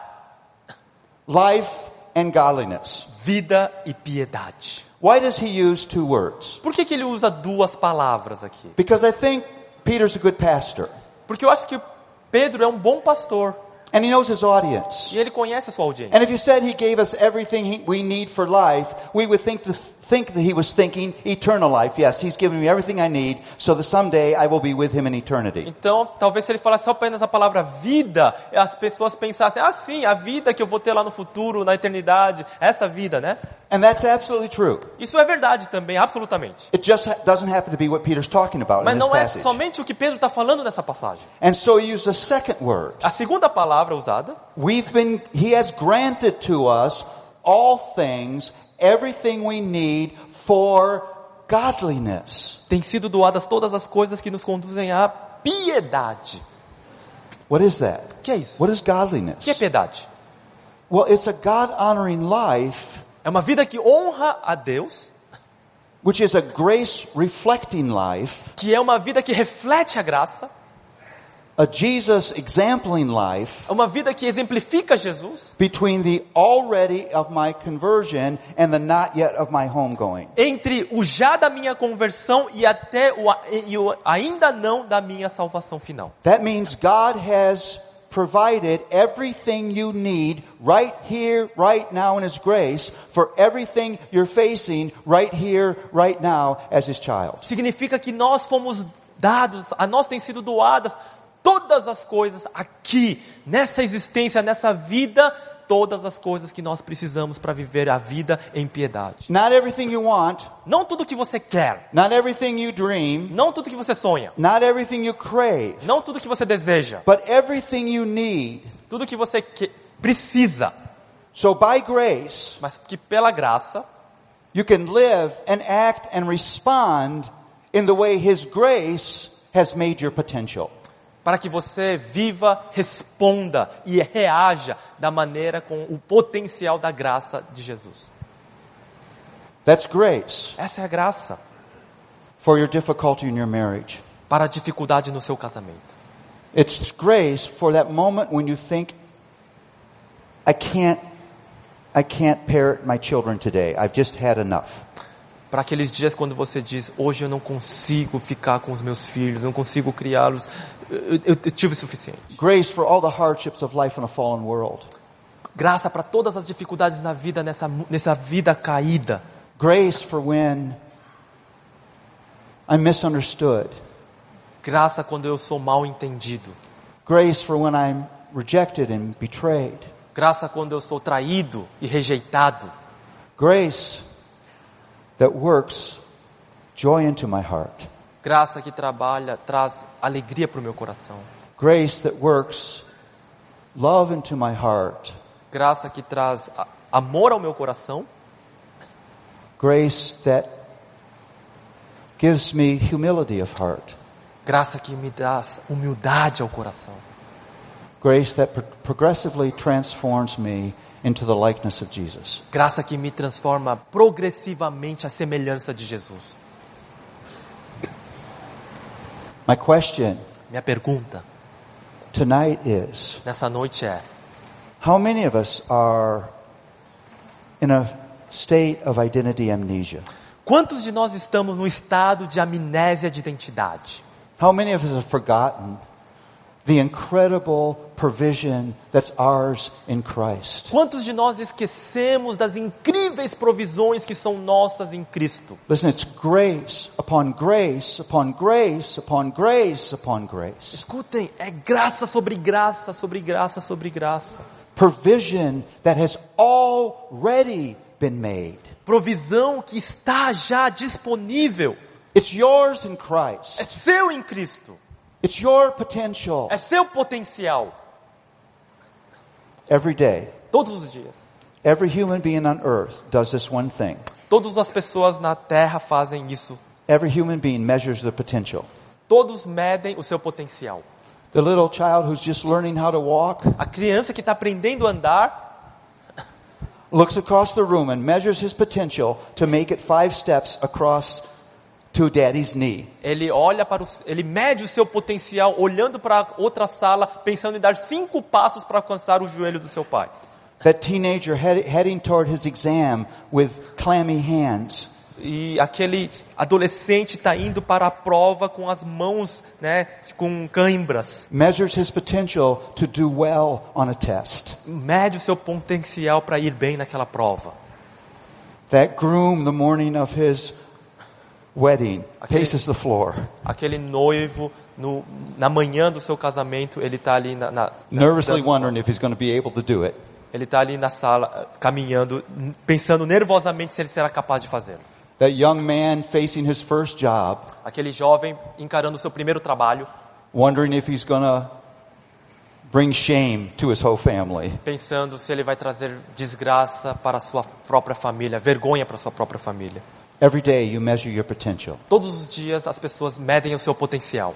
life and godliness. vida e piedade. Why does he use two words? Por que ele usa duas palavras aqui? Because I think Peter's a good pastor Porque eu acho que Pedro é um bom pastor and he knows his audience. e ele conhece a sua audiência. And if you said he gave us everything we need for life, we would think that he was thinking eternal life. Yes, he's given me everything I need so that someday I will be with him in eternity. Então, talvez se ele falasse só apenas a palavra vida, as pessoas pensassem, sim, a vida que eu vou ter lá no futuro, na eternidade, essa vida, né? And that's absolutely true. Isso é verdade também, absolutamente. It just doesn't happen to be what Peter's talking about Mas in this não é passage. somente o que Pedro está falando nessa passagem. And so he used the second word. A segunda palavra usada, He has granted to us all things, everything we need for godliness. tem sido doadas todas as coisas que nos conduzem à piedade. What is that? O que é isso? What is O que é godliness? piedade? Well, it's a God-honoring life É uma vida que honra a Deus which is a grace reflecting life, que é uma vida que reflete a graça, a Jesus exempling life, uma vida que exemplifica Jesus, between the already of my conversion and the not yet of my homegoing. entre o já da minha conversão e até o ainda não da minha salvação final. That means God has provided everything you need right here, right now in His grace for everything you're facing right here, right now as His child. Significa que nós fomos dados, a nós têm sido doadas todas as coisas aqui, nessa existência, nessa vida, todas as coisas que nós precisamos para viver a vida em piedade. Not everything you want, Não tudo que você quer, not everything you dream, não tudo que você sonha, not everything you crave, não tudo que você deseja, but everything you need. tudo que você precisa, So by grace, mas que pela graça, you can live and act and respond in the way His grace has made your potential. para que você viva, responda e reaja da maneira com o potencial da graça de Jesus. That's grace Essa é a graça for your difficulty in your marriage. para a dificuldade no seu casamento. It's grace for that moment when you think, I can't parent my children today. I've just had enough. Para aqueles dias quando você diz, hoje eu não consigo ficar com os meus filhos, não consigo criá-los, eu tive o suficiente. Grace for all the hardships of life in a fallen world. Graça para todas as dificuldades na vida, nessa vida caída. Grace for when I'm misunderstood. Graça quando eu sou mal entendido. Grace for when I'm rejected and betrayed. Graça quando eu sou traído e rejeitado. Grace that works joy into my heart. Graça que trabalha, traz alegria para o meu coração. Grace that works love into my heart. Graça que traz amor ao meu coração. Grace that gives me humility of heart. Graça que me dá humildade ao coração. Grace that progressively transforms me into the likeness of Jesus. Graça que me transforma progressivamente à semelhança de Jesus. My question Minha pergunta tonight is, nessa noite é: how many of us are in a state of identity amnesia? quantos de nós estamos no estado de amnésia de identidade? How many of us have forgotten the incredible provision that's ours in Christ? Quantos de nós esquecemos das incríveis provisões que são nossas em Cristo? Listen, it's grace upon grace upon grace upon grace upon grace. Escutem, é graça sobre graça sobre graça sobre graça. Provision that has already been made. Provisão que está já disponível. It's yours in É Christ. seu em Cristo. It's your potential. É seu potencial. Every day, Todos os dias. every human being on earth does this one thing. Todas as pessoas na Terra fazem isso. Every human being measures their potential. Todos medem o seu potencial. The little child who's just learning how to walk A criança que está aprendendo a andar, looks across the room and measures his potential to make it 5 steps across to daddy's knee. ele mede o seu potencial olhando para outra sala, pensando em dar 5 passos para alcançar o joelho do seu pai. That teenager heading toward his exam with clammy hands. E aquele adolescente está indo para a prova com as mãos, com cãibras. Measures his potential to do well on a test. Mede o seu potencial para ir bem naquela prova. That groom, the morning of his wedding, paces the floor. Aquele noivo, na manhã do seu casamento, ele está ali Nervously wondering if he's going to be able to do it. ele está ali na sala, caminhando, pensando nervosamente se ele será capaz de fazer. That young man facing his first job, Aquele jovem encarando o seu primeiro trabalho, wondering if he's going to bring shame to his whole family. pensando se ele vai trazer desgraça para a sua própria família, vergonha para a sua própria família. Every day you measure your potential. Todos os dias as pessoas medem o seu potencial.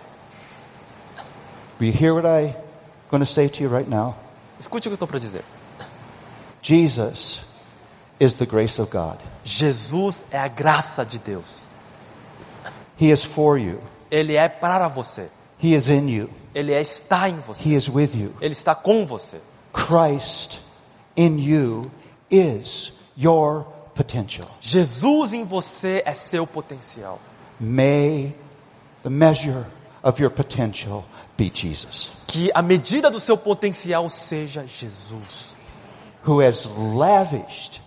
Will you hear what I'm going to say to you right now? Escute o que eu estou para dizer. Jesus is the grace of God. Jesus é a graça de Deus. He is for you. Ele é para você. He is in you. Ele está em você. He is with you. Ele está com você. Christ in you is your potential. Jesus em você é seu potencial. May the measure of your potential be Jesus, Que a medida do seu potencial seja Jesus, who has lavished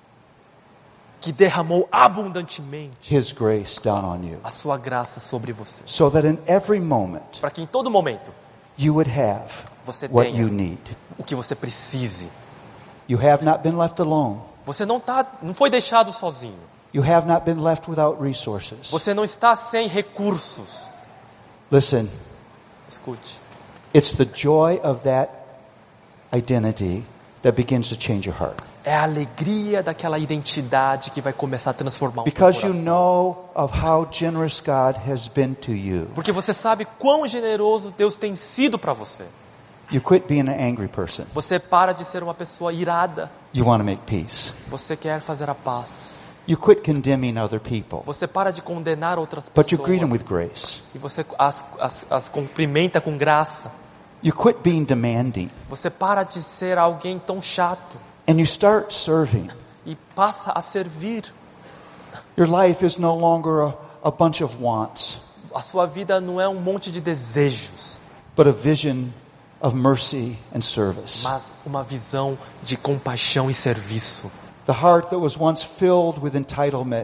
que derramou abundantemente His grace down on you, a sua graça sobre você, so that in every moment para que em todo momento you would have você what tenha you need. o que você precise. You have not been left alone. Você não foi deixado sozinho. You have not been left without resources. Você não está sem recursos. Listen, Escute. it's the joy of that identity that begins to change your heart. É a alegria daquela identidade que vai começar a transformar o seu Because you coração. know of how generous God has been to you. Porque você sabe quão generoso Deus tem sido para você. You quit being an angry person. Você para de ser uma pessoa irada. You want to make peace. Você quer fazer a paz. You quit condemning other people. Você para de condenar outras But you greet them pessoas. with grace. E você as cumprimenta com graça. You quit being demanding. Você para de ser alguém tão chato. And you start serving. E passa a servir. Your life is no longer a bunch of wants, A sua vida não é um monte de desejos, but a vision of mercy and service. mas uma visão de compaixão e serviço. The heart that was once filled with entitlement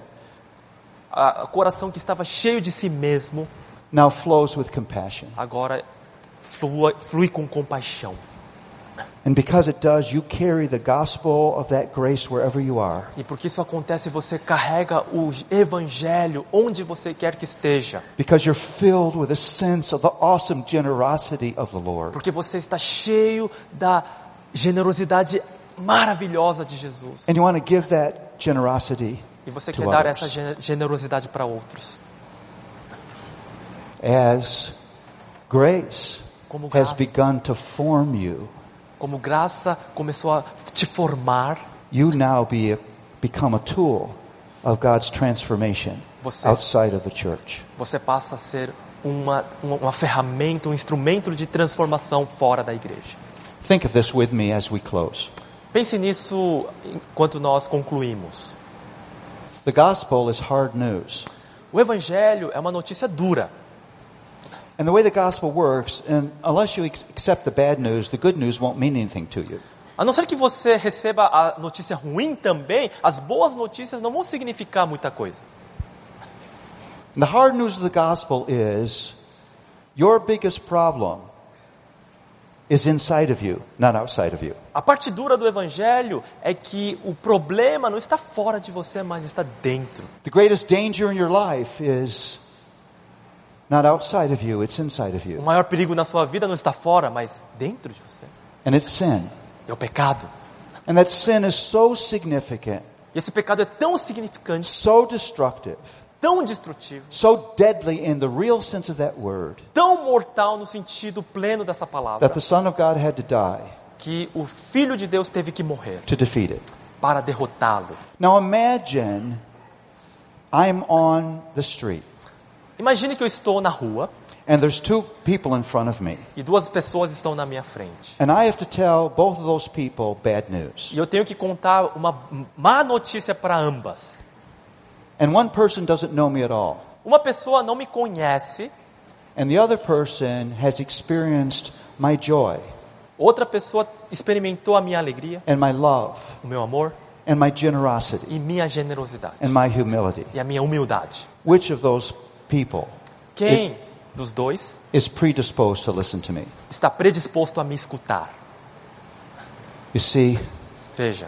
O coração que estava cheio de si mesmo, now flows with compassion. agora flui com compaixão. And because it does, you carry the gospel of that grace wherever you are. E porque isso acontece, você carrega o evangelho onde você quer que esteja. Because you're filled with a sense of the awesome generosity of the Lord. Porque você está cheio da generosidade maravilhosa de Jesus. And you want to give that generosity E você to quer dar essa others. generosidade para outros. As grace Como has graça. begun to form you, Como graça começou a te formar, you now become a tool of God's transformation Você- outside of the church. você passa a ser uma ferramenta, um instrumento de transformação fora da igreja. Think of this with me as we close. Pense nisso enquanto nós concluímos. The gospel is hard news. O evangelho é uma notícia dura. And the way the gospel works, and unless you accept the bad news, the good news won't mean anything to you. A não ser que você receba a notícia ruim também, as boas notícias não vão significar muita coisa. And the hard news of the gospel is your biggest problem is inside of you, not outside of you. A parte dura do evangelho é que o problema não está fora de você, mas está dentro. The greatest danger in your life is not outside of you, it's inside of O you. maior perigo na sua vida não está fora, mas dentro de você. And it's sin. É o pecado. And that sin is so significant, E esse pecado é tão significante, so destructive, tão destrutivo, so deadly in the real sense of that word, tão mortal no sentido pleno dessa palavra, that the Son of God had to die que o Filho de Deus teve que morrer to defeat it. para derrotá-lo. Now imagine I'm on the street Imagine que eu estou na rua and there's two people in front of me. e duas pessoas estão na minha frente. And I have to tell both of those people bad news. E eu tenho que contar uma má notícia para ambas. And one person doesn't know me at all. Uma pessoa não me conhece, And the other person has experienced my joy outra pessoa experimentou a minha alegria, and my love o meu amor and my generosity e minha generosidade and my humility. e a minha humildade. Which of those people Quem dos dois is predisposed to listen to me? está predisposto a me escutar? You see, Veja,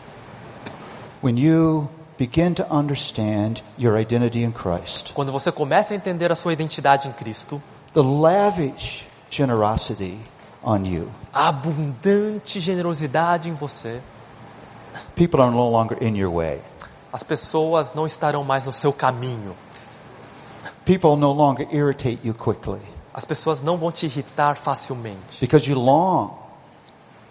when you begin to understand your identity in Christ, quando você começa a entender a sua identidade em Cristo, the lavish generosity on you, a abundante generosidade em você, people are no longer in your way. as pessoas não estarão mais no seu caminho. People no longer irritate you quickly As pessoas não vão te irritar facilmente, because you long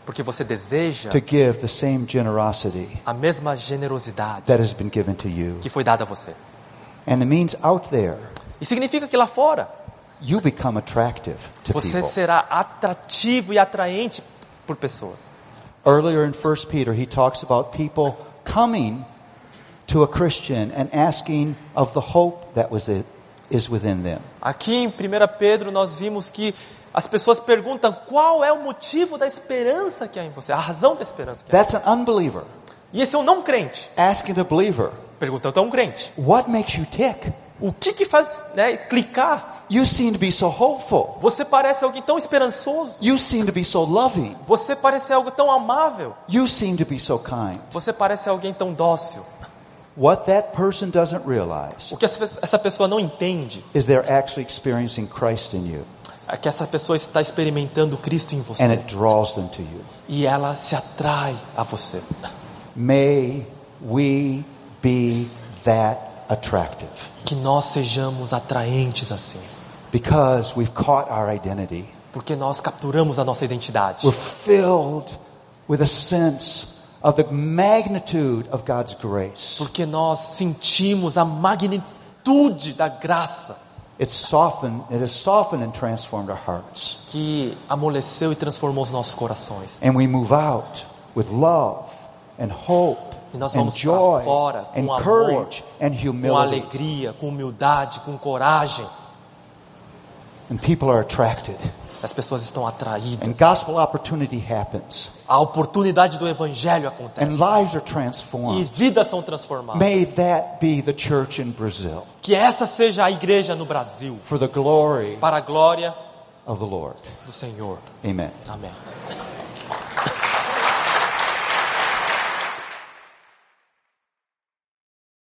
Porque você deseja to give the same generosity a mesma generosidade that has been given to you. que foi dada a você. And it means out there, E significa que lá fora you become attractive to você people. será atrativo e atraente por pessoas. Earlier in 1 Peter, he talks about people coming to a Christian and asking of the hope that is within them. Aqui em 1 Pedro nós vimos que as pessoas perguntam qual é o motivo da esperança que há em você, a razão da esperança que há. That's an unbeliever E esse é um não crente, asking the believer, perguntando a um crente. what makes you tick? O que faz clicar? You seem to be so hopeful. Você parece alguém tão esperançoso. You seem to be so loving. Você parece algo tão amável. You seem to be so kind. Você parece alguém tão dócil. What that person doesn't realize O que essa pessoa não entende is they're actually experiencing Christ in you, é que essa pessoa está experimentando Cristo em and você. it draws them to you. E ela se atrai a você. May we be that attractive, Que nós sejamos atraentes assim. because we've caught our identity. Porque nós capturamos a nossa identidade. We're filled with a sense of the magnitude of God's grace. Porque nós sentimos a magnitude da graça It has softened and transformed our hearts. que amoleceu e transformou os nossos corações. And we move out with love and hope E nós and vamos para joy fora and com amor, courage and com humility. alegria, com humildade, com coragem. And people are attracted. As pessoas estão And atraídas. gospel opportunity happens. A oportunidade do evangelho acontece. And lives are E transformed. vidas são transformadas. May that be the church in Brazil, Que essa seja a igreja no Brasil, for the glory para a glória of the Lord. do Senhor. Amen. Amém.